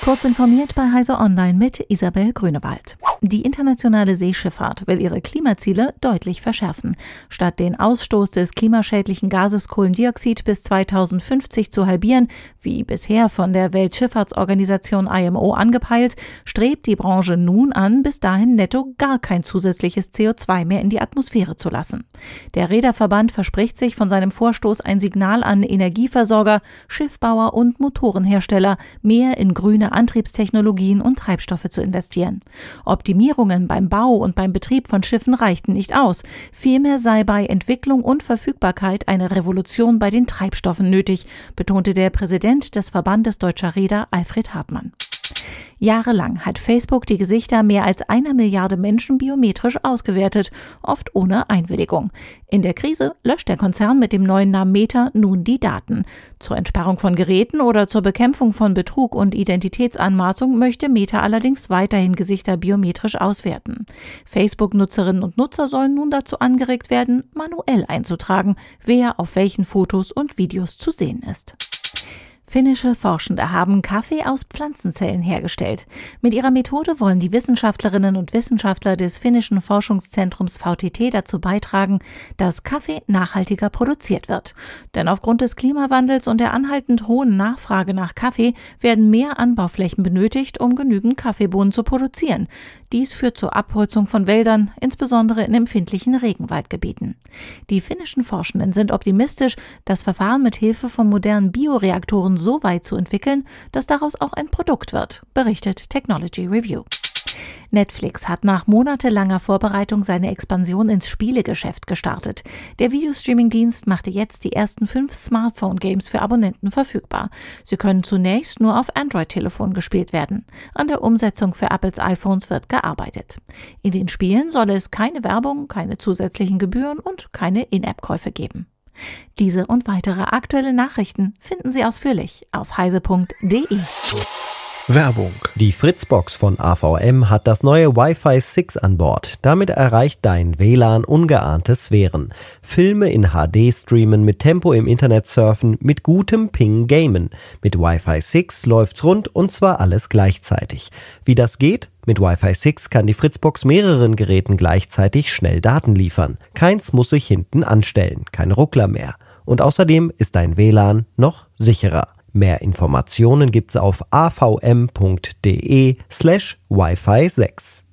Kurz informiert bei Heise Online mit Isabel Grünewald. Die internationale Seeschifffahrt will ihre Klimaziele deutlich verschärfen. Statt den Ausstoß des klimaschädlichen Gases Kohlendioxid bis 2050 zu halbieren, wie bisher von der Weltschifffahrtsorganisation IMO angepeilt, strebt die Branche nun an, bis dahin netto gar kein zusätzliches CO2 mehr in die Atmosphäre zu lassen. Der Reederverband verspricht sich von seinem Vorstoß ein Signal an Energieversorger, Schiffbauer und Motorenhersteller, mehr in grüne Antriebstechnologien und Treibstoffe zu investieren. Optimierungen beim Bau und beim Betrieb von Schiffen reichten nicht aus. Vielmehr sei bei Entwicklung und Verfügbarkeit eine Revolution bei den Treibstoffen nötig, betonte der Präsident des Verbandes Deutscher Reeder Alfred Hartmann. Jahrelang hat Facebook die Gesichter mehr als 1 Milliarde Menschen biometrisch ausgewertet, oft ohne Einwilligung. In der Krise löscht der Konzern mit dem neuen Namen Meta nun die Daten. Zur Entsperrung von Geräten oder zur Bekämpfung von Betrug und Identitätsanmaßung möchte Meta allerdings weiterhin Gesichter biometrisch auswerten. Facebook-Nutzerinnen und Nutzer sollen nun dazu angeregt werden, manuell einzutragen, wer auf welchen Fotos und Videos zu sehen ist. Finnische Forschende haben Kaffee aus Pflanzenzellen hergestellt. Mit ihrer Methode wollen die Wissenschaftlerinnen und Wissenschaftler des finnischen Forschungszentrums VTT dazu beitragen, dass Kaffee nachhaltiger produziert wird. Denn aufgrund des Klimawandels und der anhaltend hohen Nachfrage nach Kaffee werden mehr Anbauflächen benötigt, um genügend Kaffeebohnen zu produzieren. Dies führt zur Abholzung von Wäldern, insbesondere in empfindlichen Regenwaldgebieten. Die finnischen Forschenden sind optimistisch, das Verfahren mit Hilfe von modernen Bioreaktoren so weit zu entwickeln, dass daraus auch ein Produkt wird, berichtet Technology Review. Netflix hat nach monatelanger Vorbereitung seine Expansion ins Spielegeschäft gestartet. Der Videostreaming-Dienst machte jetzt die ersten 5 Smartphone-Games für Abonnenten verfügbar. Sie können zunächst nur auf Android-Telefonen gespielt werden. An der Umsetzung für Apples iPhones wird gearbeitet. In den Spielen soll es keine Werbung, keine zusätzlichen Gebühren und keine In-App-Käufe geben. Diese und weitere aktuelle Nachrichten finden Sie ausführlich auf heise.de. Werbung. Die Fritzbox von AVM hat das neue Wi-Fi 6 an Bord. Damit erreicht dein WLAN ungeahnte Sphären. Filme in HD streamen, mit Tempo im Internet surfen, mit gutem Ping gamen. Mit Wi-Fi 6 läuft's rund und zwar alles gleichzeitig. Wie das geht? Mit Wi-Fi 6 kann die Fritzbox mehreren Geräten gleichzeitig schnell Daten liefern. Keins muss sich hinten anstellen, kein Ruckler mehr. Und außerdem ist dein WLAN noch sicherer. Mehr Informationen gibt's auf avm.de/Wi-Fi 6.